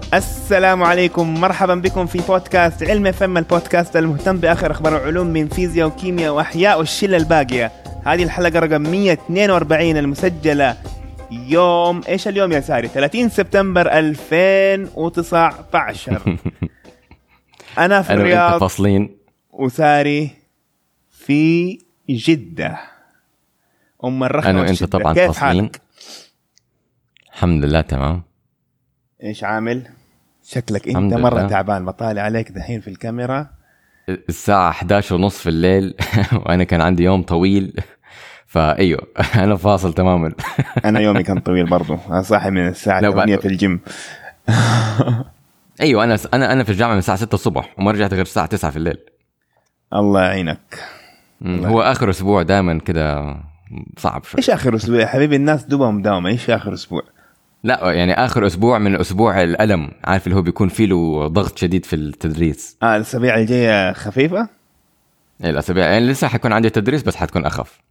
السلام عليكم، مرحبا بكم في بودكاست علم فم، البودكاست المهتم بآخر أخبار العلوم من فيزياء وكيمياء وأحياء والشلة الباقية. هذه الحلقة رقم 142 المسجلة يوم إيش اليوم يا ساري؟ 30 سبتمبر 2019. أنا في الرياض فاصلين وساري في جدة أم الرخاء. أنا وأنت طبعا كيف فاصلين؟ حالك؟ الحمد لله تمام. إيش عامل؟ شكلك أنت مرة تعبان، بطالع عليك دحين في الكاميرا. الساعة 11:30 في الليل وأنا كان عندي يوم طويل، فأيوه أنا فاصل تماما. أنا يومي كان طويل برضو، أنا صاحي من الساعة 8 في الجيم. أيوه أنا في الجامعة من الساعة 6 الصبح وما رجعت غير الساعة 9 في الليل. الله يعينك. هو آخر أسبوع دائما كده صعب شوي. إيش آخر أسبوع يا حبيبي؟ الناس دوبهم داومة. إيش آخر أسبوع؟ لا يعني آخر أسبوع من أسبوع الألم، عارف اللي هو بيكون فيه له ضغط شديد في التدريس. الأسابيع الجاية خفيفة؟ الأسابيع يعني لسه حيكون عندي تدريس بس حتكون أخف.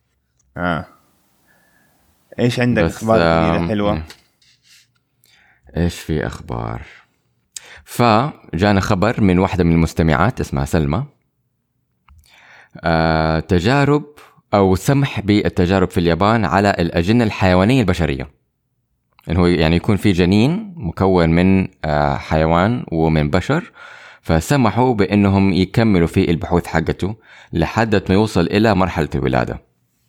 إيش عندك أخبار جديدة حلوة؟ إيش في أخبار؟ فجانا خبر من واحدة من المستمعات اسمها سلمى، تجارب أو سمح بالتجارب في اليابان على الأجنة الحيوانية البشرية، إنه يعني يكون في جنين مكون من حيوان ومن بشر، فسمحوا بأنهم يكملوا في البحوث حقته لحد ما يوصل إلى مرحلة الولادة.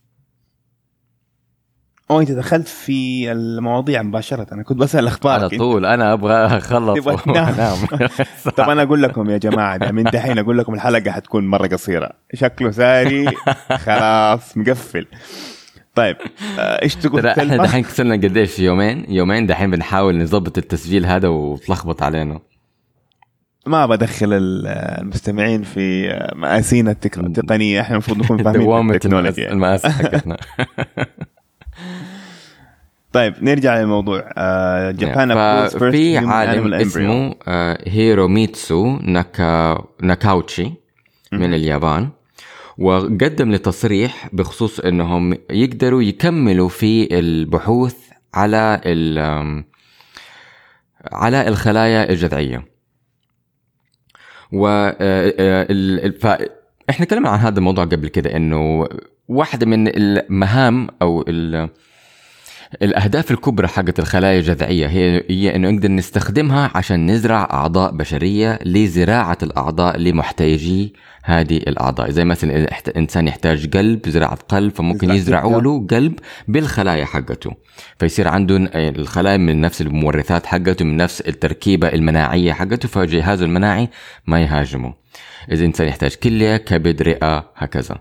أنت دخلت في المواضيع مباشرة، أنا كنت بسأل أخبارك على طول. أنا أبغى أخلص وأنام. طب أنا أقول لكم يا جماعة، من دحين أقول لكم الحلقة حتكون مرة قصيرة، شكله ساري خلاص مقفل. طيب إيش تقول؟ إحنا دحين كسرنا قديش؟ يومين دحين بنحاول نضبط التسجيل هذا وتلخبط علينا. ما بدخل المستمعين في مآسينا التقنية، إحنا المفروض نكون فاهمين التكنولوجيا المآسي حقتنا. طيب نرجع للموضوع. جابان في عالم اسمه هيروميتسو ناكاوتشي من اليابان، وقدم لتصريح بخصوص انهم يقدروا يكملوا في البحوث على الخلايا الجذعية. فاحنا تكلمنا عن هذا الموضوع قبل كده، انه واحدة من المهام او الأهداف الكبرى حقت الخلايا الجذعية هي أنه نقدر نستخدمها عشان نزرع أعضاء بشرية لزراعة الأعضاء لمحتاجي هذه الأعضاء. زي مثلا إنسان يحتاج قلب، زراعة قلب، فممكن يزرعوا له قلب بالخلايا حقته، فيصير عندهم الخلايا من نفس المورثات حقته، من نفس التركيبة المناعية حقته، فجهازه المناعي ما يهاجمه. إذا إنسان يحتاج كلية، كبد، رئة، هكذا.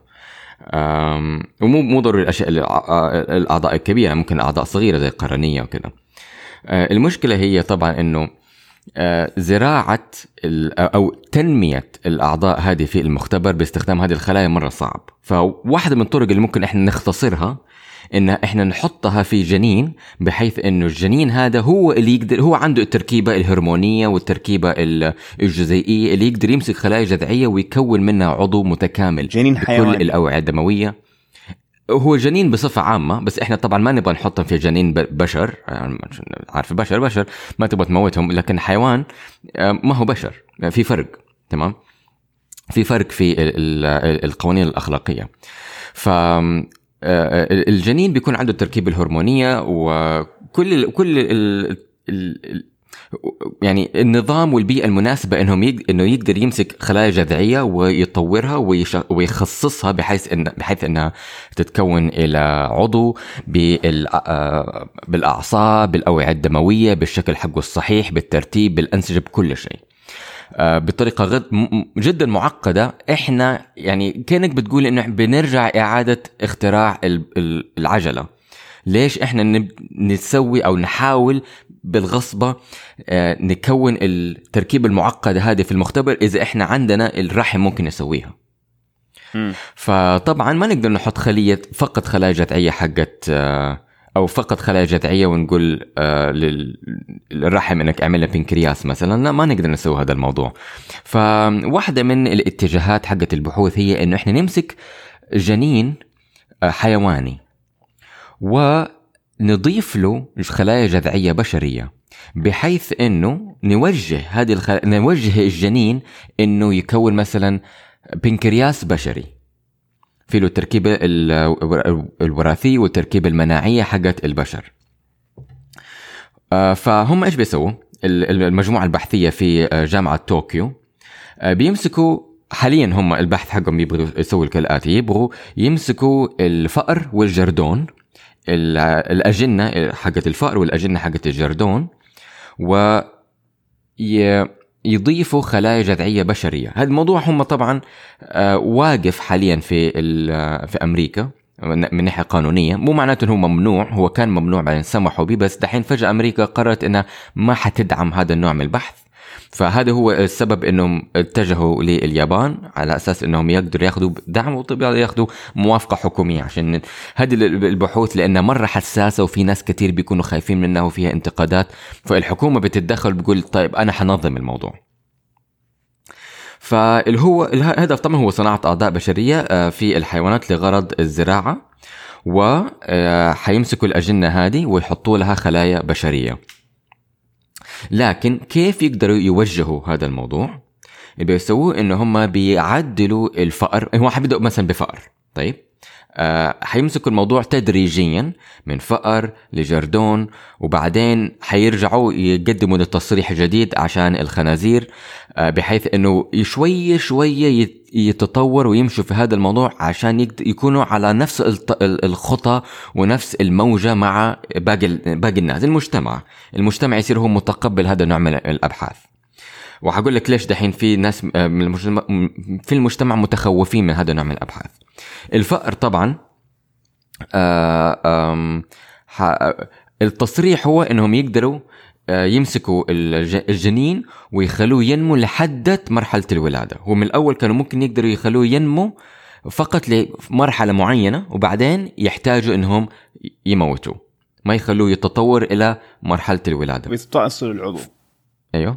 ومو ضروري الأعضاء الكبيرة، ممكن أعضاء صغيرة زي القرنية وكذا. المشكلة هي طبعا أنه زراعة أو تنمية الأعضاء هذه في المختبر باستخدام هذه الخلايا مرة صعب. فواحدة من الطرق اللي ممكن إحنا نختصرها إن إحنا نحطها في جنين، بحيث إنه الجنين هذا هو اللي يقدر، هو عنده التركيبة الهرمونية والتركيبة الجزيئية اللي يقدر يمسك خلايا جذعية ويكون منها عضو متكامل، جنين حيواني. كل الأوعية الدموية. هو جنين بصفة عامة، بس إحنا طبعا ما نبغى نحطهم في جنين بشر، عارف بشر ما تبغى تموتهم، لكن حيوان ما هو بشر، في فرق. تمام، في فرق في القوانين الأخلاقية. الجنين بيكون عنده التركيبة الهرمونية وكل يعني النظام والبيئة المناسبة انه يقدر يمسك خلايا جذعية ويطورها ويخصصها بحيث انها تتكون الى عضو بالاعصاب، بالاوعية الدموية، بالشكل حقه الصحيح، بالترتيب، بالانسجة، بكل شيء، بطريقة جدا معقدة. احنا يعني كأنك بتقول انه بنرجع اعادة اختراع العجلة. ليش احنا نسوي او نحاول بالغصبة نكون التركيبة المعقدة هذه في المختبر إذا إحنا عندنا الرحم ممكن نسويها؟ فطبعا ما نقدر نحط فقط خلايا جذعية حقت أو فقط خلايا جذعية ونقول للرحم إنك اعمل له بنكرياس مثلا. لا، ما نقدر نسوي هذا الموضوع. فواحدة من الاتجاهات حقت البحوث هي إنه إحنا نمسك جنين حيواني نضيف له خلايا جذعية بشرية بحيث انه نوجه الجنين انه يكون مثلا بنكرياس بشري في له التركيبة الوراثية والتركيبة المناعية حقت البشر. فهم ايش بيسووا؟ المجموعة البحثية في جامعة طوكيو بيمسكوا حاليا، هم البحث حقهم يبغوا يسووا كالآتي: يبغوا يمسكوا الفأر والجردون، الأجنة حقت الفأر والأجنة حقت الجردون، ويضيفوا خلايا جذعية بشرية. هذا الموضوع هم طبعا واقف حاليا في أمريكا من ناحية قانونية. مو معناته انه ممنوع، هو كان ممنوع بعدين سمحوا به، بس دحين فجأة أمريكا قررت انها ما حتدعم هذا النوع من البحث. فهذا هو السبب انهم اتجهوا لليابان على اساس انهم يقدروا ياخذوا دعم وطبيعي ياخذوا موافقة حكومية عشان هذه البحوث، لانها مرة حساسة وفي ناس كتير بيكونوا خايفين منها وفيها انتقادات، فالحكومة بتتدخل بيقول طيب انا حنظم الموضوع. الهدف طبعا هو صناعة أعضاء بشرية في الحيوانات لغرض الزراعة، وحيمسكوا الأجنة هذه ويحطوا لها خلايا بشرية. لكن كيف يقدروا يوجهوا هذا الموضوع؟ اللي بيسووه إنه هم بيعدلوا الفأر. هو حبيدوا مثلا بفأر، طيب حيمسكوا الموضوع تدريجيا من فأر لجردون، وبعدين حيرجعوا يقدموا للتصريح جديد عشان الخنازير، بحيث انه شوية يتطور ويمشوا في هذا الموضوع عشان يكونوا على نفس الخطى ونفس الموجة مع باقي الناس. المجتمع يصير هو متقبل هذا النوع من الأبحاث. وحقول لك ليش دحين في ناس في المجتمع متخوفين من هذا النوع من الأبحاث. الفأر طبعا التصريح هو انهم يقدروا يمسكوا الجنين ويخلوه ينمو لحد مرحلة الولادة. هو من الأول كانوا ممكن يقدروا يخلوه ينمو فقط لمرحلة معينة، وبعدين يحتاجوا انهم يموتوا، ما يخلوه يتطور إلى مرحلة الولادة. ويستأصل العضو. ايوه،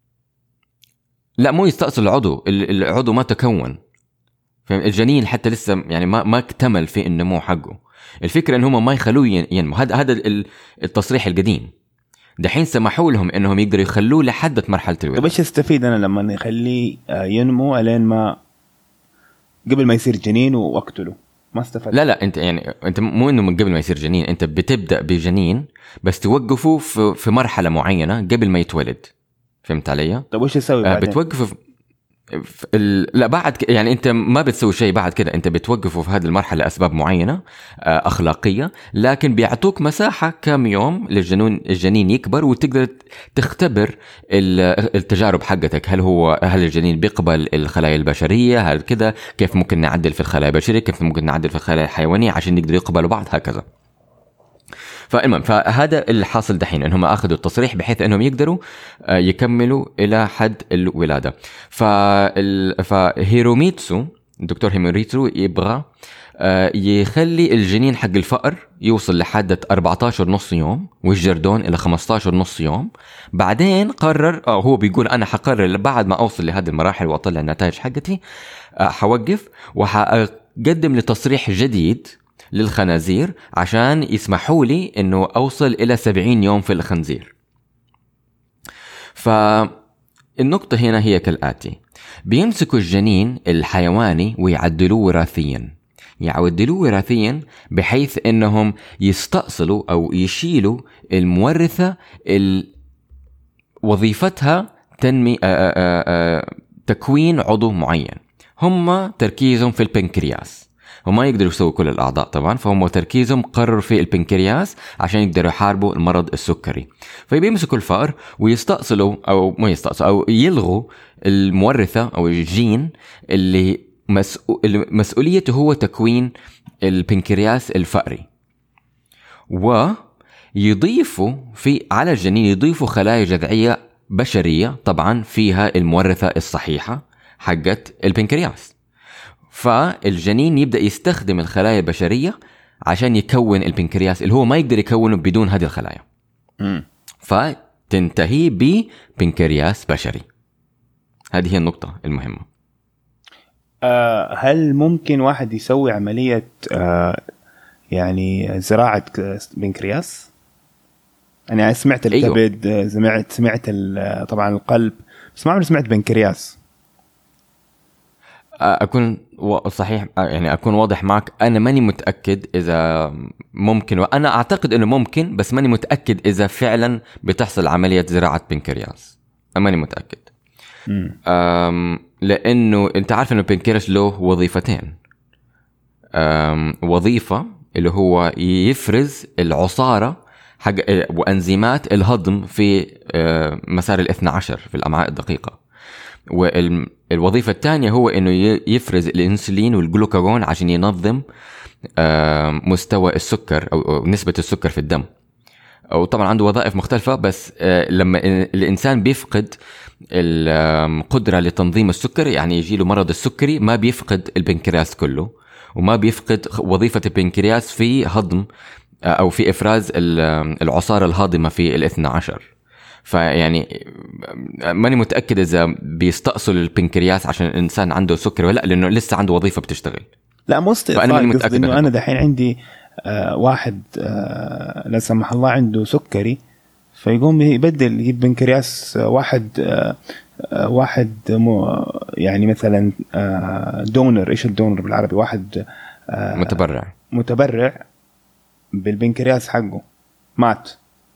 لا مو يستأصل العضو ما تكون. الجنين حتى لسه يعني ما اكتمل في النمو حقه. الفكرة ان هم ما يخلوه ينمو. هذا التصريح القديم. دحين سمحوا لهم انهم يقدروا يخلوه لحد مرحلة الولادة. طيب ايش استفيد انا لما نخليه ينمو الين ما قبل ما يصير جنين واقتله؟ ما استفاد. لا انت مو انه من قبل ما يصير جنين، انت بتبدأ بجنين بس توقفه في مرحلة معينة قبل ما يتولد. فهمت علي؟ طيب وش يسوي بعدين؟ بتوقفه لا بعد يعني انت ما بتسوي شيء بعد كده، انت بتوقفه في هذه المرحله لاسباب معينه اخلاقيه، لكن بيعطوك مساحه كم يوم الجنين يكبر وتقدر تختبر التجارب حقتك. هل الجنين بيقبل الخلايا البشريه؟ هل كده كيف ممكن نعدل في الخلايا البشريه، كيف ممكن نعدل في الخلايا الحيوانيه عشان يقدروا يقبلوا بعض، هكذا. فهذا اللي حاصل دحين، انهم اخذوا التصريح بحيث انهم يقدروا يكملوا الى حد الولاده. فهيروميتسو الدكتور هيروميتسو يبغى يخلي الجنين حق الفأر يوصل لحد 14 نص يوم والجردون الى 15 نص يوم. بعدين قرر هو بيقول انا حقرر بعد ما اوصل لهذه المراحل واطلع النتائج حقتي حوقف وحقدم لتصريح جديد للخنازير عشان يسمحوا لي انه اوصل الى 70 يوم في الخنزير. فالنقطة هنا هي كالآتي: بيمسكوا الجنين الحيواني ويعدلوه وراثيا بحيث انهم يستأصلوا او يشيلوا المورثة وظيفتها تكوين عضو معين. هم تركيزهم في البنكرياس، وما يقدروا يسووا كل الأعضاء طبعا، فهم تركيزهم قرر في البنكرياس عشان يقدروا يحاربوا المرض السكري. فبيمسكوا الفأر ويستأصلوا أو ما يستأصلوا أو يلغوا المورثة أو الجين اللي مسؤوليته هو تكوين البنكرياس الفأري، ويضيفوا على الجنين يضيفوا خلايا جذعية بشرية طبعا فيها المورثة الصحيحة حقت البنكرياس. فالجنين يبدأ يستخدم الخلايا البشرية عشان يكون البنكرياس اللي هو ما يقدر يكونه بدون هذه الخلايا. فتنتهي ببنكرياس بشري. هذه هي النقطة المهمة. هل ممكن واحد يسوي عملية يعني زراعة بنكرياس. أنا سمعت الكبد. أيوه. سمعت طبعا القلب، بس ما عمري سمعت بنكرياس. أكون صحيح يعني أكون واضح معك، أنا ماني متأكد إذا ممكن، وأنا أعتقد إنه ممكن، بس ماني متأكد إذا فعلا بتحصل عملية زراعة بنكرياس. ماني متأكد. لأنه أنت عارف إنه البنكرياس له وظيفتين. وظيفة اللي هو يفرز العصارة حق وأنزيمات الهضم في مسار 12 في الأمعاء الدقيقة. والوظيفة الثانية هو إنه يفرز الإنسولين والجلوكاجون عشان ينظم مستوى السكر أو نسبة السكر في الدم. وطبعا عنده وظائف مختلفة، بس لما الإنسان بيفقد القدرة لتنظيم السكر، يعني يجي له مرض السكري، ما بيفقد البنكرياس كله، وما بيفقد وظيفة البنكرياس في هضم أو في إفراز العصارة الهاضمة في 12. فيعني ماني متأكد إذا بيستأصل البنكرياس عشان الإنسان عنده سكر ولا لا، لأنه لسه عنده وظيفة بتشتغل. لا مو استئصال، قصدي إنه أنا دحين عندي واحد لا سمح الله عنده سكري، فيقوم يبدل يجيب بنكرياس واحد يعني مثلا دونر. إيش الدونر بالعربي؟ واحد متبرع بالبنكرياس حقه مات.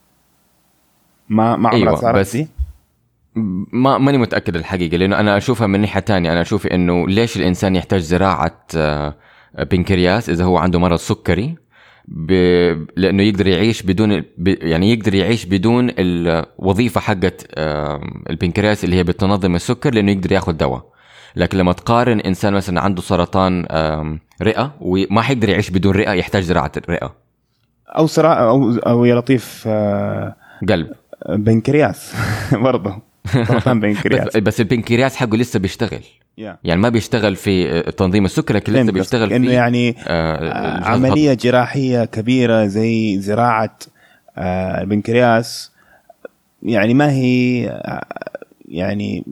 ما عمرها أيوة، صارت دي. ماني متأكد الحقيقة، لأنه أنا أشوفها من ناحية تانية. أنا أشوف إنه ليش الإنسان يحتاج زراعة بنكرياس إذا هو عنده مرض سكري؟ لأنه يقدر يعيش بدون يعني يقدر يعيش بدون الوظيفة حقت البنكرياس اللي هي بتنظم السكر، لأنه يقدر يأخذ دواء. لكن لما تقارن إنسان مثلا عنده سرطان رئة وما حيقدر يعيش بدون رئة، يحتاج زراعة الرئة أو يا لطيف قلب بنكرياس برضه سرطان بنكرياس. بس البنكرياس حقه لسه بيشتغل. يعني ما بيشتغل في تنظيم السكر، لكن لسه بيشتغل في إنه يعني عملية جراحية كبيرة زي زراعة البنكرياس. يعني ما هي يعني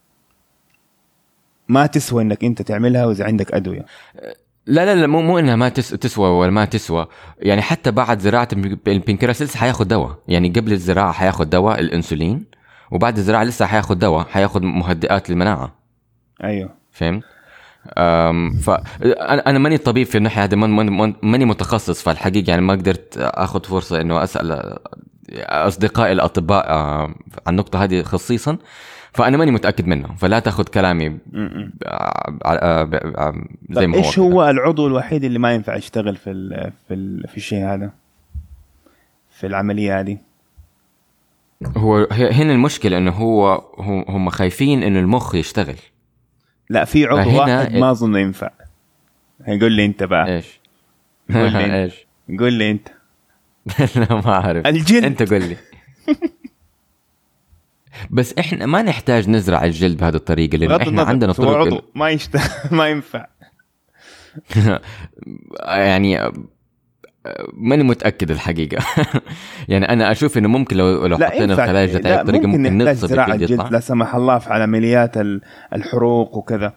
ما تسوى إنك أنت تعملها وإذا عندك أدوية. لا مو إنها ما تسوى ولا ما تسوى. يعني حتى بعد زراعة البنكرياس لسه حياخد دواء. يعني قبل الزراعة حياخد دواء الأنسولين، وبعد الزراعة لسه حياخد دواء، حياخد مهدئات للمناعة. أيوه فهمت. فأنا ماني طبيب في الناحية هذه، ماني متخصص في الحقيقة. يعني ما قدرت أخذ فرصة إنه أسأل أصدقائي الأطباء عن النقطة هذه خصيصا، فأنا ماني متأكد منه، فلا تأخذ كلامي زي ما هو. إيش هو العضو الوحيد اللي ما ينفع يشتغل في الشيء هذا، في العملية هذه؟ هو هنا المشكلة إنه هم خايفين إنه المخ يشتغل. لا، في عضو واحد ما أظن ينفع. هيقول لي أنت بقى. إيش؟ إيش؟ قول لي أنت. لا ما أعرف. الجلد. أنت قول لي. بس إحنا ما نحتاج نزرع الجلد بهذه الطريقة، لأن إحنا عندنا طرق عضو ما ينفع. يعني ماني متأكد الحقيقة. يعني أنا أشوف إنه ممكن لو حطينا الخلايا الجذعية بطريقة ممكن نقص الجلد، لا سمح الله، في عمليات الحروق وكذا.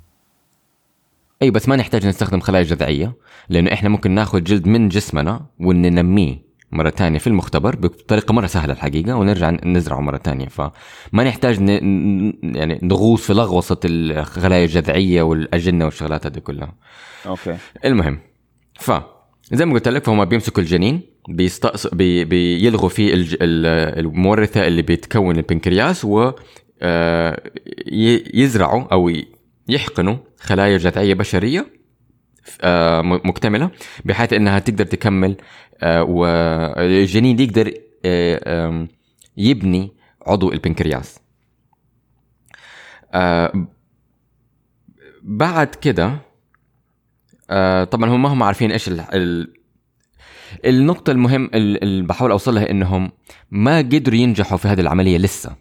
أي بس ما نحتاج نستخدم خلايا جذعية، لأنه إحنا ممكن ناخذ جلد من جسمنا وننميه مرة تانية في المختبر بطريقة مرة سهلة الحقيقة، ونرجع نزرعه مرة تانية. فما نحتاج يعني نغوص في لغوصة الخلايا الجذعية والأجنة والشغلات هذه كلها. أوكي. المهم، زي ما قلت لك، فهم بيمسكوا الجنين، بيلغوا فيه المورثة اللي بيتكون البنكرياس، ويزرعوا أو يحقنوا خلايا جذعية بشرية مكتملة بحيث أنها تقدر تكمل، والجنين يقدر يبني عضو البنكرياس. بعد كده طبعا هم ما هم عارفين إيش النقطة المهم اللي بحاول أوصلها، إنهم ما قدروا ينجحوا في هذه العملية لسه.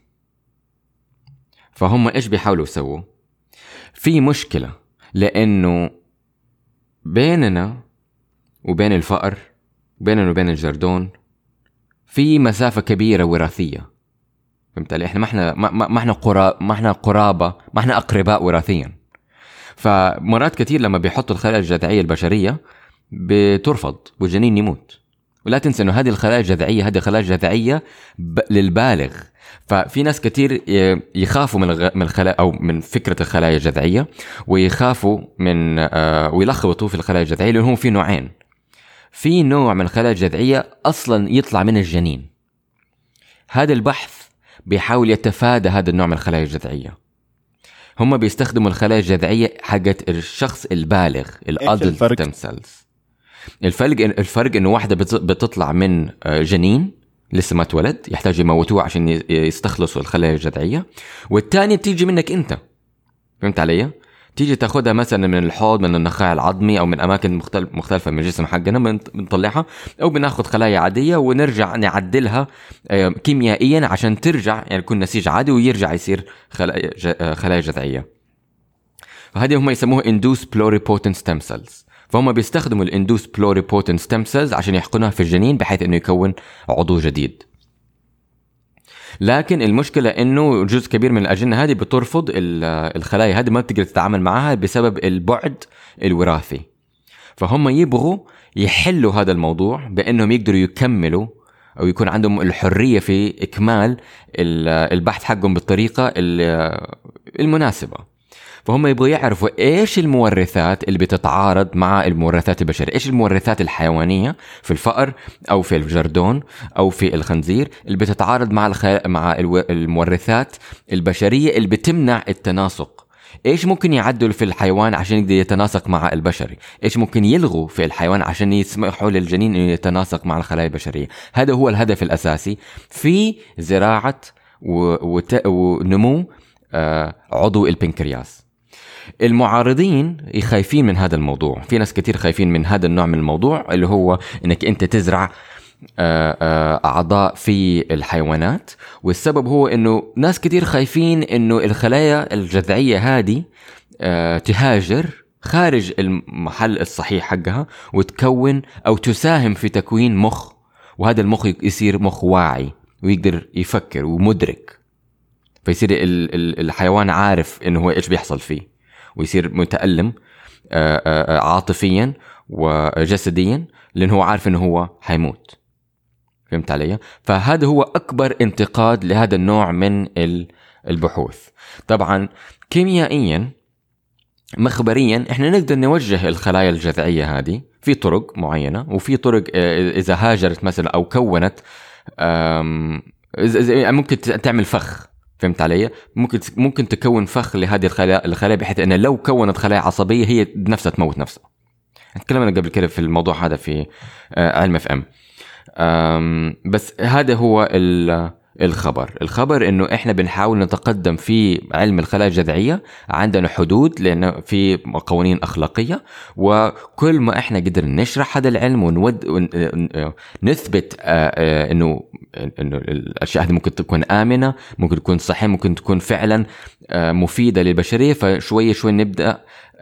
فهم إيش بيحاولوا يسووا؟ في مشكلة، لأنه بيننا وبين الفأر، بيننا وبين الجردون، في مسافة كبيرة وراثية. فهمت علي؟ إحنا ما إحنا قرابة، ما إحنا أقرباء وراثيا. فمرات كتير لما بيحطوا الخلايا الجذعية البشرية بترفض والجنين يموت. ولا تنسى انه هذه الخلايا الجذعيه هذه خلايا جذعيه للبالغ. ففي ناس كتير يخافوا من الخلايا او من فكره الخلايا الجذعيه، ويخافوا من ويلخبطوا في الخلايا الجذعيه، لانه في نوعين. في نوع من الخلايا الجذعيه اصلا يطلع من الجنين. هذا البحث بيحاول يتفادى هذا النوع من الخلايا الجذعيه. هم بيستخدموا الخلايا الجذعيه حقت الشخص البالغ، الادلت ستيم سيلز. الفرق انه واحده بتطلع من جنين لسه ما اتولد، يحتاج يموتوه عشان يستخلصوا الخلايا الجذعيه، والثانيه بتيجي منك انت. فهمت علي؟ تيجي تاخدها مثلا من الحوض، من النخاع العظمي، او من اماكن مختلفه من الجسم حقنا، بنطلعها، او بناخذ خلايا عاديه ونرجع نعدلها كيميائيا عشان ترجع يعني يكون نسيج عادي ويرجع يصير خلايا جذعيه. فهذه هم يسموها induced pluripotent stem cells. فهم بيستخدموا الاندوس pluripotent stem cells عشان يحقنوها في الجنين بحيث انه يكون عضو جديد. لكن المشكلة انه جزء كبير من الاجنة هذه بترفض الخلايا هذه، ما بتقدر تتعامل معها بسبب البعد الوراثي. فهم يبغوا يحلوا هذا الموضوع بانهم يقدروا يكملوا او يكون عندهم الحرية في اكمال البحث حقهم بالطريقة المناسبة. فهم يبغوا يعرفوا ايش المورثات اللي بتتعارض مع المورثات البشرية، ايش المورثات الحيوانية في الفأر او في الجردون او في الخنزير اللي بتتعارض مع المورثات البشرية اللي بتمنع التناسق. ايش ممكن يعدل في الحيوان عشان يقدر يتناسق مع البشري، ايش ممكن يلغوا في الحيوان عشان يسمحوا للجنين انه يتناسق مع الخلايا البشرية. هذا هو الهدف الاساسي في زراعة ونمو عضو البنكرياس. المعارضين خايفين من هذا الموضوع، في ناس كتير خايفين من هذا النوع من الموضوع اللي هو انك انت تزرع اعضاء في الحيوانات. والسبب هو انه ناس كتير خايفين انه الخلايا الجذعية هذه تهاجر خارج المحل الصحيح حقها وتكون او تساهم في تكوين مخ، وهذا المخ يصير مخ واعي ويقدر يفكر ومدرك، فيصير الحيوان عارف انه هو ايش بيحصل فيه، ويصير متألم عاطفيا وجسديا لأنه هو عارف أنه هو حيموت. فهمت علي؟ فهذا هو أكبر انتقاد لهذا النوع من البحوث. طبعا كيميائيا مخبريا احنا نقدر نوجه الخلايا الجذعية هذه في طرق معينة، وفي طرق إذا هاجرت مثلا أو كونت ممكن تعمل فخ. فهمت علي؟ ممكن تكون فخ لهذه الخلايا بحيث أن لو كونت خلايا عصبية هي نفسها تموت نفسها. تكلمنا قبل كده في الموضوع هذا في علم FM. بس هذا هو الخبر إنه إحنا بنحاول نتقدم في علم الخلايا الجذعية. عندنا حدود لأن في قوانين أخلاقية، وكل ما إحنا قدر نشرح هذا العلم ونثبت إنه الأشياء هذه ممكن تكون آمنة، ممكن تكون صحيحة، ممكن تكون فعلا مفيدة للبشرية، فشوية شوي نبدأ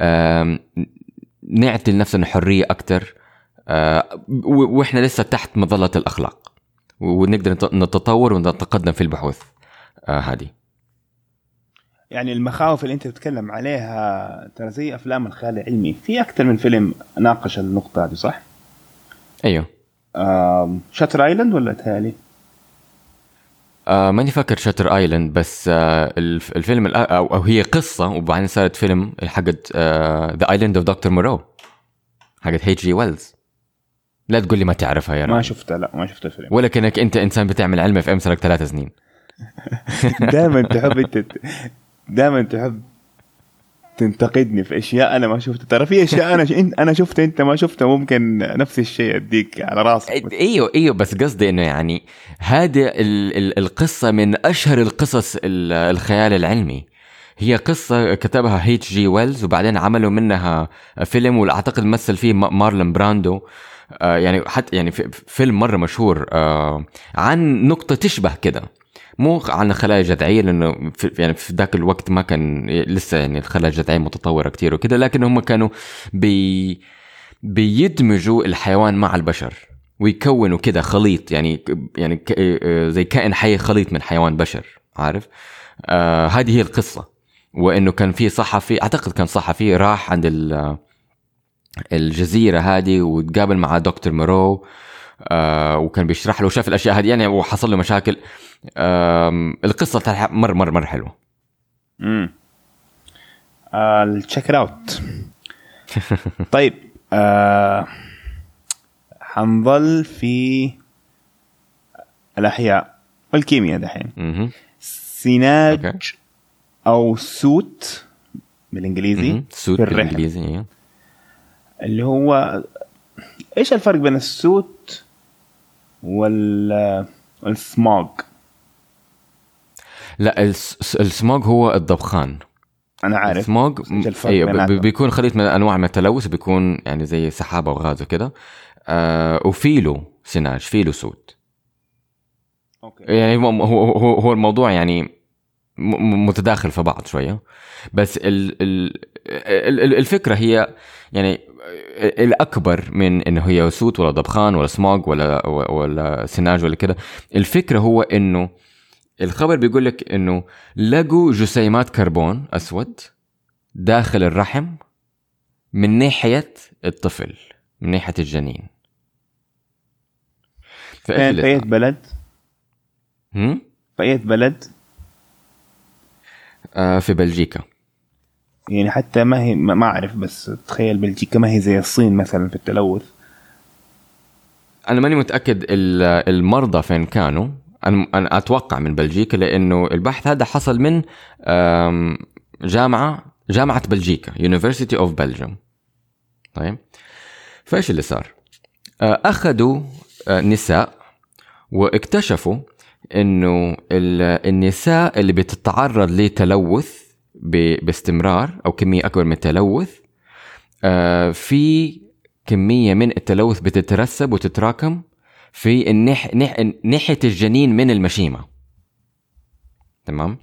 نعطي لنفسنا حرية أكتر، وإحنا لسه تحت مظلة الأخلاق، ونقدر نتطور ونتقدم في البحوث هذه. يعني المخاوف اللي انت بتتكلم عليها ترى زي افلام الخيال العلمي، في اكثر من فيلم ناقش النقطه هذه، صح؟ ايوه. شاتر ايلاند ولا تالي؟ ماني فاكر شاتر ايلاند، بس الفيلم او هي قصه وبعدين صارت فيلم حقت ذا ايلاند اوف دكتور مورو حقت H.G. ويلز. لا تقول لي ما تعرفها يا رب. ما شفتها، لا ما شفت الفيلم. ولكنك انت انسان بتعمل علم FM صار لك 3 سنين. دائما تحب تنتقدني في اشياء انا ما شفتها. ترى في اشياء انا شفتها انت ما شفتها، ممكن نفس الشيء اديك على راسك. ايوه بس قصدي انه يعني هذه القصه من اشهر القصص الخيال العلمي. هي قصة كتبها H.G. ويلز وبعدين عملوا منها فيلم، واعتقد مثل فيه مارلون براندو. يعني حتى يعني فيلم مرة مشهور عن نقطة تشبه كده، مو عن الخلايا الجذعية، لأنه يعني في ذاك الوقت ما كان لسه يعني الخلايا الجذعية متطورة كتير وكده، لكن هم كانوا بيدمجوا الحيوان مع البشر ويكونوا كده خليط، يعني زي كائن حي خليط من حيوان بشر، عارف؟ هذه هي القصة. وإنه كان في صحفي، أعتقد كان صحفي راح عند الجزيرة هذه وتقابل مع دكتور مورو، وكان بيشرح له شاف الأشياء هذه يعني وحصل له مشاكل. القصة تاعها مرة حلوة. التشيك اوت. طيب حنظل في الأحياء والكيمياء دحين. سيناج أو سوت بالإنجليزي، سوت بالإنجليزي، اللي هو إيش الفرق بين السوت والسموغ؟ لا السموغ هو الضبخان. أنا عارف السموغ بيكون خليط من أنواع من التلوث، بيكون يعني زي سحابة وغاز وكده. وفيله سيناج، فيله سوت. يعني هو الموضوع يعني متداخل في بعض شوية، بس الفكرة هي يعني الأكبر من إنه هي سوت ولا ضبخان ولا سموغ ولا سيناج ولا كده. الفكرة هو إنه الخبر بيقول لك إنه لقوا جسيمات كربون أسود داخل الرحم من ناحية الطفل، من ناحية الجنين. في أي بلد؟ في أي بلد؟ في بلجيكا. يعني حتى ما هي ما أعرف، بس تخيل بلجيكا ما هي زي الصين مثلا في التلوث. أنا ماني متأكد المرضى فين كانوا. أنا أتوقع من بلجيكا، لأنه البحث هذا حصل من جامعة بلجيكا University of Belgium. طيب فإيش اللي صار؟ أخذوا نساء واكتشفوا إنه النساء اللي بتتعرض لتلوث باستمرار أو كمية أكبر من التلوث، في كمية من التلوث بتترسب وتتراكم في ناحية الجنين من المشيمة. تمام.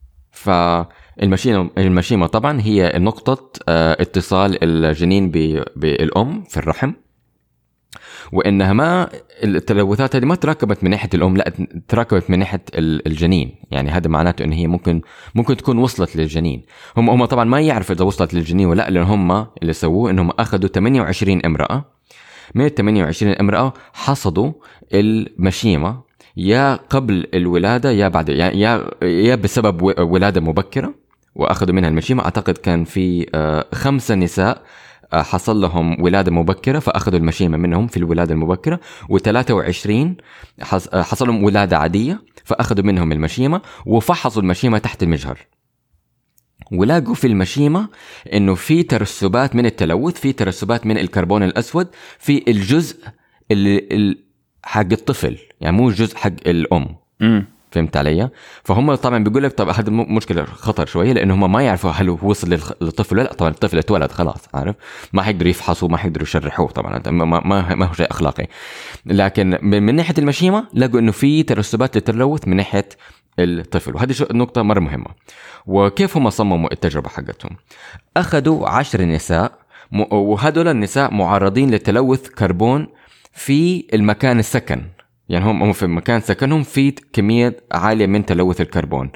فالمشيمة طبعا هي نقطة اتصال الجنين بالأم في الرحم، وإنها ما التلوثات هذه ما تراكبت من ناحية الأم، لا تراكبت من ناحية الجنين. يعني هذا معناته إن هي ممكن تكون وصلت للجنين. هم طبعا ما يعرفوا إذا وصلت للجنين ولا، لأن هم اللي سووه إنهم أخذوا 28 امرأة. من 28 امرأة حصدوا المشيمة يا قبل الولادة يا بعد، يا بسبب ولادة مبكرة، وأخذوا منها المشيمة. أعتقد كان في 5 نساء حصل لهم ولادة مبكرة فأخذوا المشيمة منهم في الولادة المبكرة، و23 حصل لهم ولادة عادية فأخذوا منهم المشيمة، وفحصوا المشيمة تحت المجهر ولاقوا في المشيمة إنه في ترسبات من التلوث، في ترسبات من الكربون الأسود في الجزء حق الطفل، يعني مو الجزء حق الأم. فهمت علي؟ فهم طبعا بيقول لك طب هذا مشكلة خطر شوية، لأنه هم ما يعرفوا هل هو وصل للطفل ولا. طبعا الطفل اتولد خلاص، عارف، ما حيقدروا يفحصوا، ما حيقدروا يشرحوه، طبعا ما هو شيء أخلاقي. لكن من ناحية المشيمة لقوا إنه في ترسبات للتلوث من ناحية الطفل، وهذه النقطة مرة مهمة. وكيف هم صمموا التجربة حقتهم؟ أخذوا 10 نساء، وهذول النساء معرضين لتلوث كربون في المكان السكن، يعني هم في مكان سكنهم في كمية عالية من تلوث الكربون،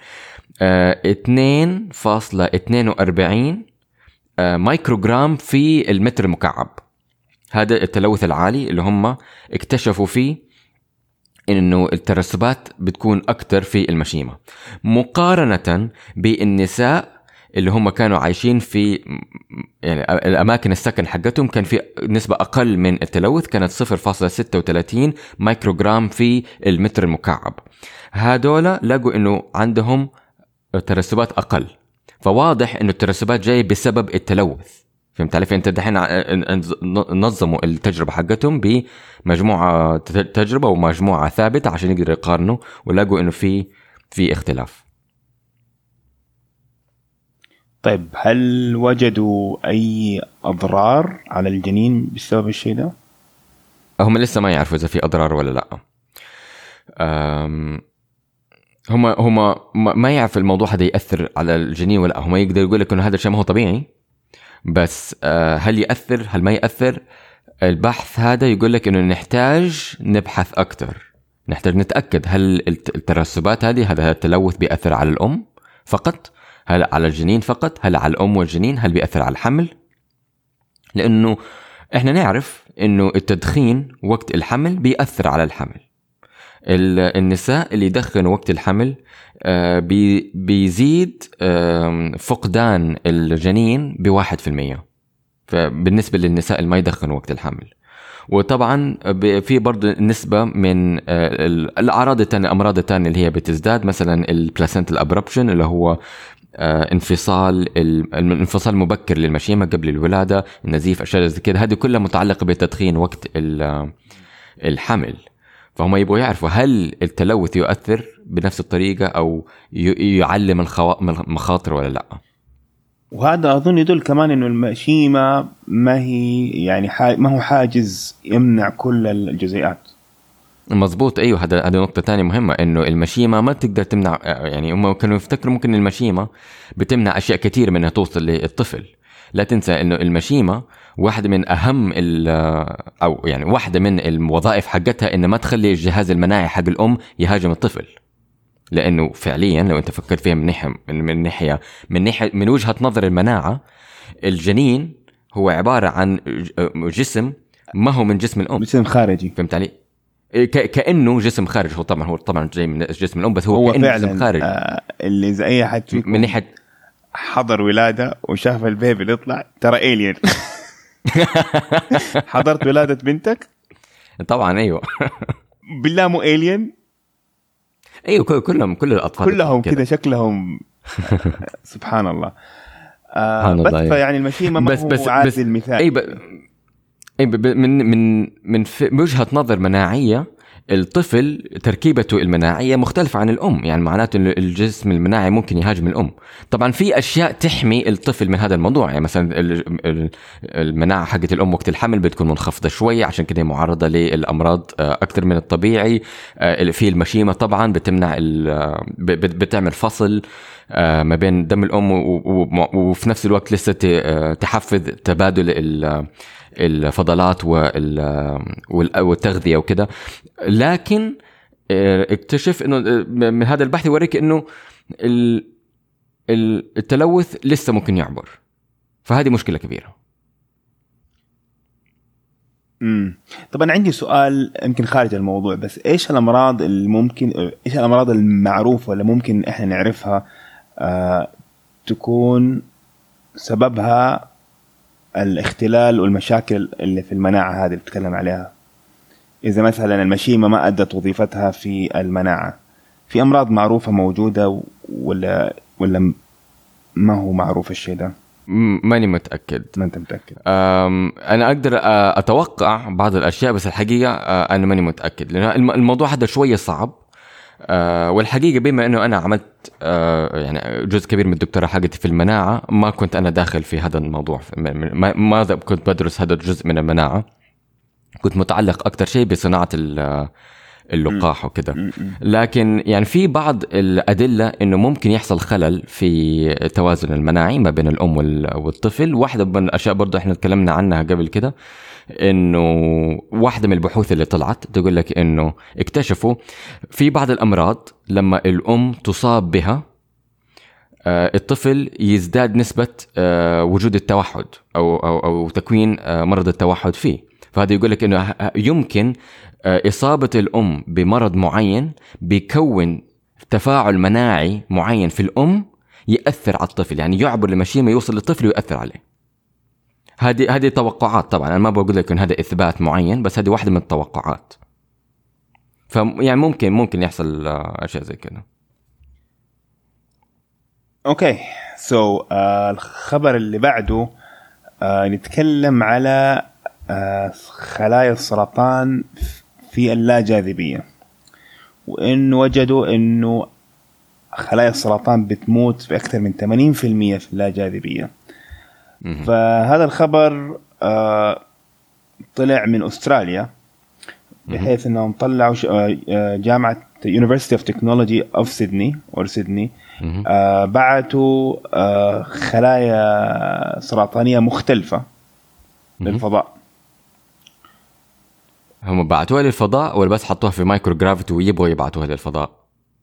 2.42 مايكروغرام في المتر المكعب. هذا التلوث العالي اللي هم اكتشفوا فيه إنه الترسبات بتكون أكتر في المشيمة، مقارنة بالنساء اللي هم كانوا عايشين في يعني الأماكن السكن حقتهم كان في نسبة أقل من التلوث، كانت 0.36 مايكروغرام في المتر المكعب. هذول لقوا إنه عندهم ترسبات أقل، فواضح إنه الترسبات جاي بسبب التلوث. فهمت علي؟ فانت دحين نظموا التجربة حقتهم بمجموعة تجربة ومجموعة ثابتة عشان يقدروا يقارنوا، ولقوا إنه في اختلاف. طيب هل وجدوا أي أضرار على الجنين بسبب الشيء ده؟ هم لسه ما يعرفوا إذا في أضرار ولا لا. هم ما يعرف الموضوع هذا يأثر على الجنين ولا. هم يقدر يقول لك إنه هذا الشيء ما هو طبيعي، بس هل يأثر هل ما يأثر؟ البحث هذا يقول لك إنه نحتاج نبحث أكتر، نحتاج نتأكد هل الترسبات هذه، هذا التلوث بيأثر على الأم فقط، هل على الجنين فقط، هل على الأم والجنين، هل بيأثر على الحمل؟ لأنه احنا نعرف انه التدخين وقت الحمل بيأثر على الحمل. النساء اللي يدخنوا وقت الحمل بيزيد فقدان الجنين ب1%، فبالنسبة للنساء اللي ما يدخنوا وقت الحمل. وطبعا في برضه نسبة من الأعراض التانية، الأمراض التانية اللي هي بتزداد، مثلا البلاسنتال أبربشن اللي هو الانفصال المبكر للمشيمة قبل الولادة، النزيف، أشياء زي كده، هذه كلها متعلقة بالتدخين وقت الحمل. فهم يبغوا يعرفوا هل التلوث يؤثر بنفس الطريقة أو يعلم المخاطر ولا لا. وهذا أظن يدل كمان إنه المشيمة ما هي يعني ما هو حاجز يمنع كل الجزيئات. مظبوط، أيوه. هذا نقطة تانية مهمة، إنه المشيمة ما تقدر تمنع. يعني هم كانوا يفتكروا ممكن المشيمة بتمنع أشياء كتير منها توصل للطفل. لا تنسى إنه المشيمة واحدة من أهم أو يعني واحدة من الوظائف حقتها إن ما تخلي الجهاز المناعي حق الأم يهاجم الطفل. لأنه فعليا لو أنت فكرت فيها من وجهة نظر المناعة، الجنين هو عبارة عن جسم ما هو من جسم الأم، جسم خارجي. فهمت علي؟ كأنه جسم خارج. هو طبعا جاي من جسم الأم، بس هو كأنه جسم خارج. اللي إذا أي حد فيكم من ناحية حضر ولادة وشاف البيبي اللي يطلع، ترى إيليان. حضرت ولادة بنتك؟ طبعا أيوه. بالله مو إيليان. ايوه كل الاطفال كلهم كذا شكلهم. سبحان الله. بس الله. يعني المشيمة ما هو عادل المثال. من وجهة نظر مناعية، الطفل تركيبته المناعية مختلفة عن الأم، يعني معناته الجسم المناعي ممكن يهاجم الأم. طبعا في أشياء تحمي الطفل من هذا الموضوع، يعني مثلا المناعة حقت الأم وقت الحمل بتكون منخفضة شوية، عشان كده معرضة للأمراض أكثر من الطبيعي. في المشيمة طبعا بتمنع بتعمل فصل ما بين دم الأم، وفي نفس الوقت لسه تحفز تبادل الفضلات والتغذية وكده. لكن اكتشف انه من هذا البحث يوريك انه التلوث لسه ممكن يعبر، فهذه مشكلة كبيرة. طبعا عندي سؤال يمكن خارج الموضوع، بس ايش الامراض المعروفة اللي ممكن احنا نعرفها تكون سببها الاختلال والمشاكل اللي في المناعة هذه اللي بتكلم عليها؟ إذا مثلا المشيمة ما أدت وظيفتها في المناعة، في أمراض معروفة موجودة ولا ما هو معروف الشيء ده؟ ماني متأكد. ما أنت متأكد؟ أنا أقدر أتوقع بعض الأشياء، بس الحقيقة أنا ماني متأكد، لأن الموضوع هذا شوية صعب. والحقيقة بما أنه أنا عملت يعني جزء كبير من الدكتوراه حقتي في المناعة، ما كنت أنا داخل في هذا الموضوع، ما كنت بدرس هذا الجزء من المناعة. كنت متعلق أكتر شيء بصناعة اللقاح وكده. لكن يعني في بعض الأدلة إنه ممكن يحصل خلل في التوازن المناعي ما بين الأم والطفل. واحدة من الأشياء برضو إحنا تكلمنا عنها قبل كده، إنه واحدة من البحوث اللي طلعت تقول لك إنه اكتشفوا في بعض الأمراض لما الأم تصاب بها الطفل يزداد نسبة وجود التوحد أو تكوين مرض التوحد فيه. فهذا يقول لك إنه يمكن إصابة الأم بمرض معين بيكون تفاعل مناعي معين في الأم يأثر على الطفل، يعني يعبر المشيمة يوصل للطفل ويأثر عليه. هذه توقعات طبعا، أنا ما بقول لك إن هذا إثبات معين، بس هذه واحدة من التوقعات. فيعني ممكن يحصل أشياء زي كده. أوكي. الخبر اللي بعده نتكلم على خلايا السرطان في اللاجاذبية، وإنه وجدوا إنه خلايا السرطان بتموت في أكثر من 80% في اللاجاذبية. فهذا الخبر طلع من أستراليا، بحيث أنهم طلعوا جامعة University of Technology of Sydney بعتوا خلايا سرطانية مختلفة للفضاء. هم بعتوها للفضاء ولا بس حطوها في مايكرو جرافيتي ويبغوا يبعتوها للفضاء؟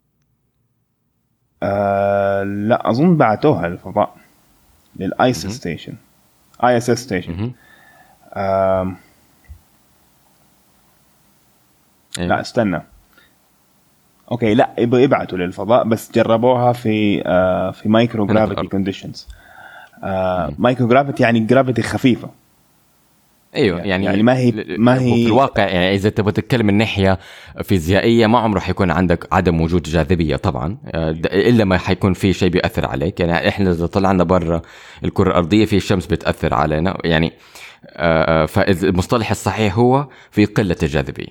لا أظن بعتوها للفضاء، للآيس ستيشن، ISS ستيشن. لا استنى، اوكي لا يبعتوا للفضاء، بس جربوها في مايكرو جرافيتي كونديشنز. مايكرو جرافيتي يعني جرافيتي خفيفه. ايوه يعني ما هي في الواقع، يعني اذا تبغى تتكلم من ناحيه فيزيائيه ما عمره حيكون عندك عدم وجود جاذبيه طبعا، الا ما حيكون في شيء بيأثر عليك. يعني احنا اذا طلعنا برا الكره الارضيه في الشمس بتأثر علينا يعني، فالمصطلح الصحيح هو في قله الجاذبيه.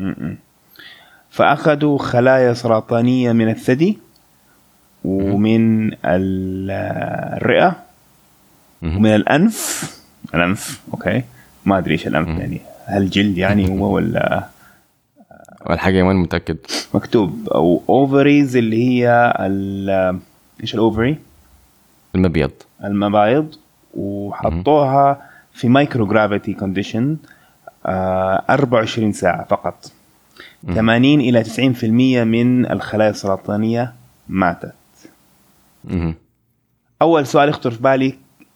فاخذوا خلايا سرطانيه من الثدي ومن الرئه ومن الانف. اوكي ما ادري ايش الانف يعني، هل جلد يعني هو ولا والحاجه وين متاكد؟ مكتوب او اوفريز اللي هي ايش الاوفري؟ المبايض. وحطوها في مايكرو جرافيتي كونديشن 24 ساعه فقط. 80 الى 90% من الخلايا السرطانيه ماتت. اول سؤال يخطر في بالي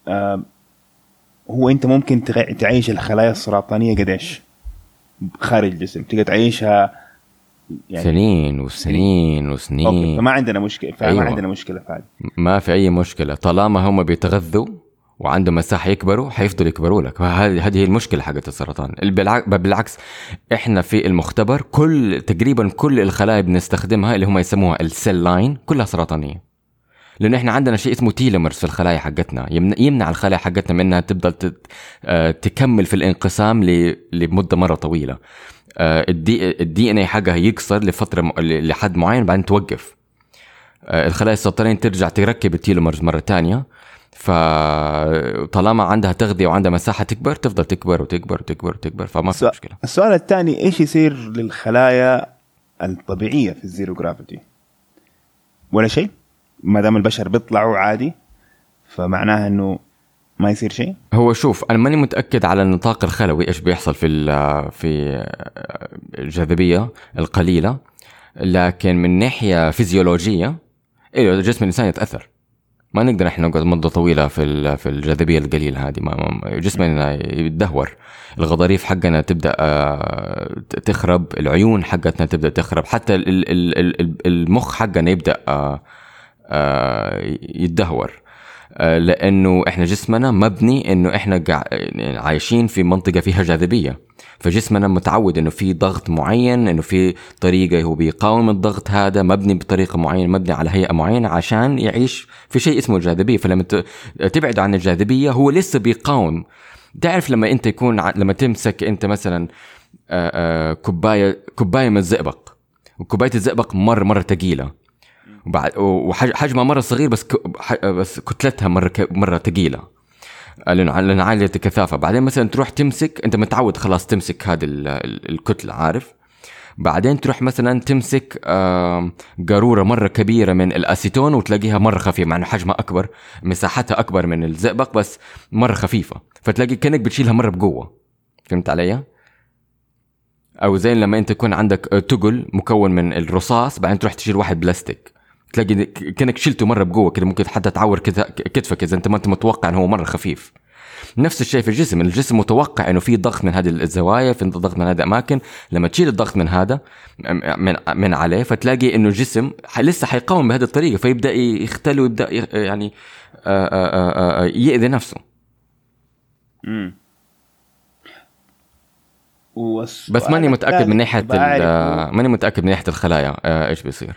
هو انت ممكن تعيش الخلايا السرطانيه قديش خارج الجسم؟ تقدر تعيشها يعني سنين وسنين وسنين. أوكي. فما عندنا مشكله. أيوة. عندنا مشكله فعلا، ما في اي مشكله طالما هم بيتغذوا وعنده مساحه يكبروا حيفضلوا يكبروا لك. هذه هي المشكله حقت السرطان. بالعكس احنا في المختبر تقريبا كل الخلايا بنستخدمها اللي هم يسموها السيل لاين كلها سرطانيه، لأن إحنا عندنا شيء اسمه تيلومرز في الخلايا حقتنا يمنع الخلايا حقتنا منها تبدأ تكمل في الانقسام لمدة مرة طويلة. الدي ان اي حقها يكسر لفترة لحد معين بعدين توقف. الخلايا السرطانية ترجع تركب التيلومرز مرة تانية، فطالما عندها تغذية وعندها مساحة تكبر تفضل تكبر وتكبر وتكبر وتكبر، فما في مشكلة. السؤال الثاني إيش يصير للخلايا الطبيعية في الزيرو جرافيتي؟ ولا شيء؟ ما دام البشر بيطلعوا عادي فمعناها انه ما يصير شيء. هو شوف انا ماني متاكد على النطاق الخلوي ايش بيحصل في الجاذبيه القليله، لكن من ناحيه فيزيولوجيه ايوه جسم الانسان يتاثر. ما نقدر احنا نقعد مده طويله في الجاذبيه القليله هذه، جسمنا يتدهور، الغضاريف حقنا تبدا تخرب، العيون حقتنا تبدا تخرب، حتى المخ حقنا يبدا يتدهور، لأنه إحنا جسمنا مبني إنه إحنا عايشين في منطقة فيها جاذبية، فجسمنا متعود إنه في ضغط معين، إنه في طريقة هو بيقاوم الضغط هذا، مبني بطريقة معينة، مبني على هيئة معينة عشان يعيش في شيء اسمه الجاذبية. فلما تبعد عن الجاذبية هو لسه بيقاوم. تعرف لما أنت لما تمسك أنت مثلا كوباية من الزئبق، وكوباية الزئبق مرة ثقيلة، وحجمها مرة صغير بس كتلتها مرة ثقيلة لأن عالية الكثافة. بعدين مثلا تروح تمسك، أنت متعود خلاص تمسك هذه الكتلة عارف، بعدين تروح مثلا تمسك قارورة مرة كبيرة من الأسيتون وتلاقيها مرة خفيفة، مع أنه حجمها أكبر، مساحتها أكبر من الزئبق بس مرة خفيفة، فتلاقي كأنك بتشيلها مرة بقوة. فهمت عليا؟ أو زي لما أنت يكون عندك تقل مكون من الرصاص بعدين تروح تشيل واحد بلاستيك، تلاقي كأنك شلته مرة بقوة كده، ممكن حتى تعور كتفك إذا أنت ما أنت متوقع أنه هو مرة خفيف. نفس الشيء في الجسم متوقع أنه في ضغط من هذه الزوايا، في ضغط من هذه الأماكن، لما تشيل الضغط من هذا من عليه فتلاقي أنه الجسم لسه حيقاوم بهذه الطريقة، فيبدأ يختل ويبدأ يعني يأذي نفسه. بس ماني متأكد من ناحية الخلايا إيش بيصير.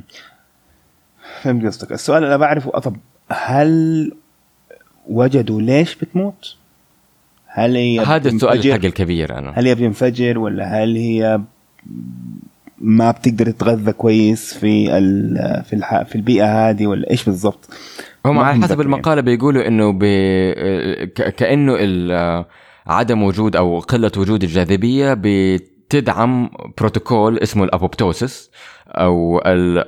فهمت قصدك. السؤال اللي بعرفه طب هل وجدوا ليش بتموت؟ هل هي هذا السؤال الحق الكبير. أنا هل هي بتنفجر ولا هل هي ما بتقدر تتغذى كويس في البيئة هذه ولا إيش بالضبط؟ هم على حسب المقالة بيقولوا إنه كأنه عدم وجود أو قلة وجود الجاذبية بتدعم بروتوكول اسمه الأبوبتوسيس أو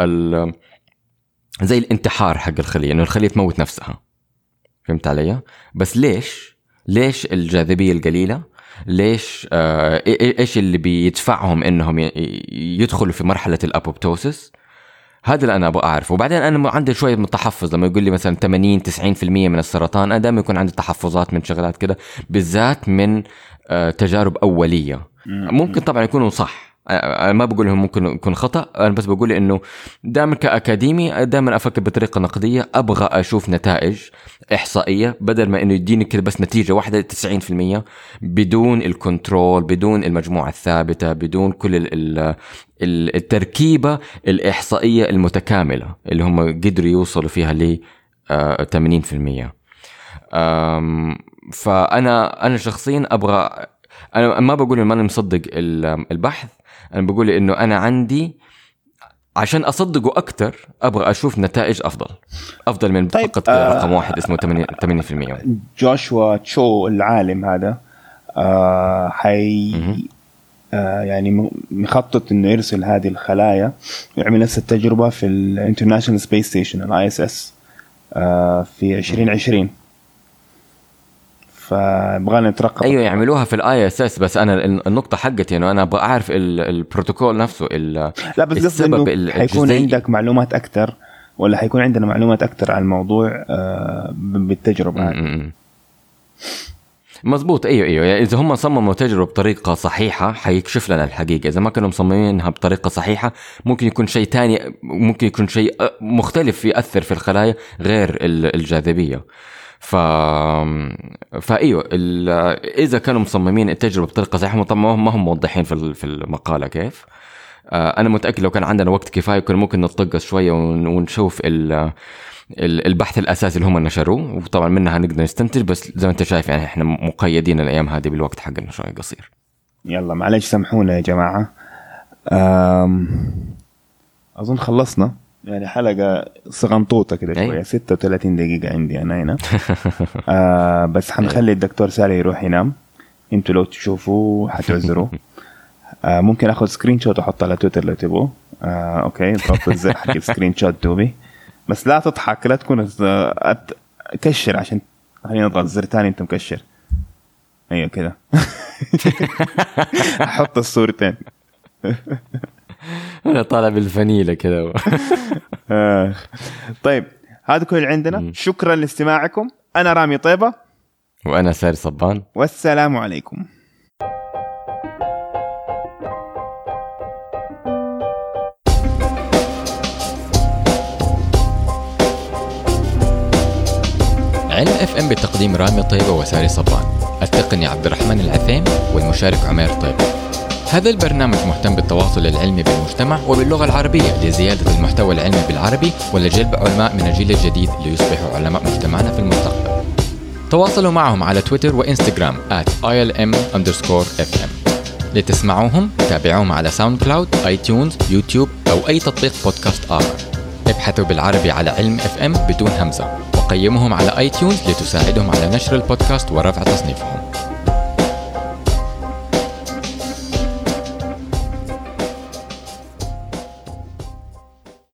زي الانتحار حق الخلية، إنه الخلية تموت نفسها. فهمت علي؟ بس ليش الجاذبية القليلة؟ ليش إيش اللي بيدفعهم إنهم يدخلوا في مرحلة الأبوبتوسيس؟ هذا اللي انا ابغى اعرفه. وبعدين انا عندي شويه متحفظ لما يقول لي مثلا 80-90% من السرطان، انا دائما يكون عندي تحفظات من شغلات كده، بالذات من تجارب اوليه. ممكن طبعا يكونوا صح، أنا ما بقول لهم ممكن يكون خطأ، أنا بس بقول إنه دائما كأكاديمي دائما أفكر بطريقة نقدية، أبغى أشوف نتائج إحصائية بدل ما إنه يديني كده بس نتيجة واحدة 90% بدون الكنترول، بدون المجموعة الثابتة، بدون كل التركيبة الإحصائية المتكاملة اللي هم قدروا يوصلوا فيها ل 80%. فأنا شخصيا أبغى، أنا ما بقول إن ما أنا مصدق البحث، أنا بقول إنه أنا عندي عشان أصدقه أكتر أبغى أشوف نتائج أفضل من فقط رقم واحد اسمه 80%. جوشوا تشو العالم هذا يعني مخطط إنه يرسل هذه الخلايا ويعمل نفس التجربة في الانترناشنال سبيس ستيشن ISS في 2020. فبغانا نترقب. ايوه يعملوها في ISS، بس انا النقطه حقتي انه انا ابغى اعرف البروتوكول نفسه. لا بس قصدي حيكون عندك معلومات اكثر، ولا حيكون عندنا معلومات اكثر عن الموضوع بالتجربه هذه. مزبوط. ايوه يعني اذا هم صمموا تجربه بطريقه صحيحه حيكشف لنا الحقيقه. اذا ما كانوا مصممينها بطريقه صحيحه ممكن يكون شيء تاني، ممكن يكون شيء مختلف يأثر في الخلايا غير الجاذبيه. فايوه اذا كانوا مصممين التجربه بطريقه صحيحه، طبعا ما هم موضحين في المقاله كيف. انا متاكد لو كان عندنا وقت كفايه كنا ممكن نتطقس شويه ونشوف البحث الاساسي اللي هم نشروه، وطبعا منها نقدر نستنتج. بس زي ما انت شايف يعني احنا مقيدين الايام هذه بالوقت حقنا شويه قصير. يلا معلش سامحونا يا جماعه. اظن خلصنا يعني حلقة صغنطوطة كده شوية، 36 دقيقة عندي أنا هنا. بس حنخلي الدكتور سالي يروح ينام، انتوا لو تشوفوا حتعذروا. ممكن أخذ سكرين شوت وأحطه على تويتر لو تبغوا. أوكي ضغط الزر حق سكرين شوت دوبي، بس لا تضحك، لا تكون كشر عشان خلينا نضغط زر تاني أنت مكشر. أيوة كده. أحط الصورتين. أنا طالع بالفانيلة كده. طيب هذا كل عندنا. شكرا لاستماعكم. أنا رامي طيبة، وأنا ساري صبان، والسلام عليكم. علم FM بتقديم رامي طيبة وساري صبان، التقني عبد الرحمن العثيم، والمشارك عمير طيبة. هذا البرنامج مهتم بالتواصل العلمي بالمجتمع وباللغة العربية لزيادة المحتوى العلمي بالعربي ولجلب علماء من الجيل الجديد ليصبحوا علماء مجتمعنا في المستقبل. تواصلوا معهم على تويتر وإنستغرام @ILM_FM. لتسمعوهم تابعوهم على ساوند كلاود، iTunes، يوتيوب أو أي تطبيق بودكاست آخر. ابحثوا بالعربي على علم FM بدون همزة، وقيموهم على iTunes لتساعدهم على نشر البودكاست ورفع تصنيفهم.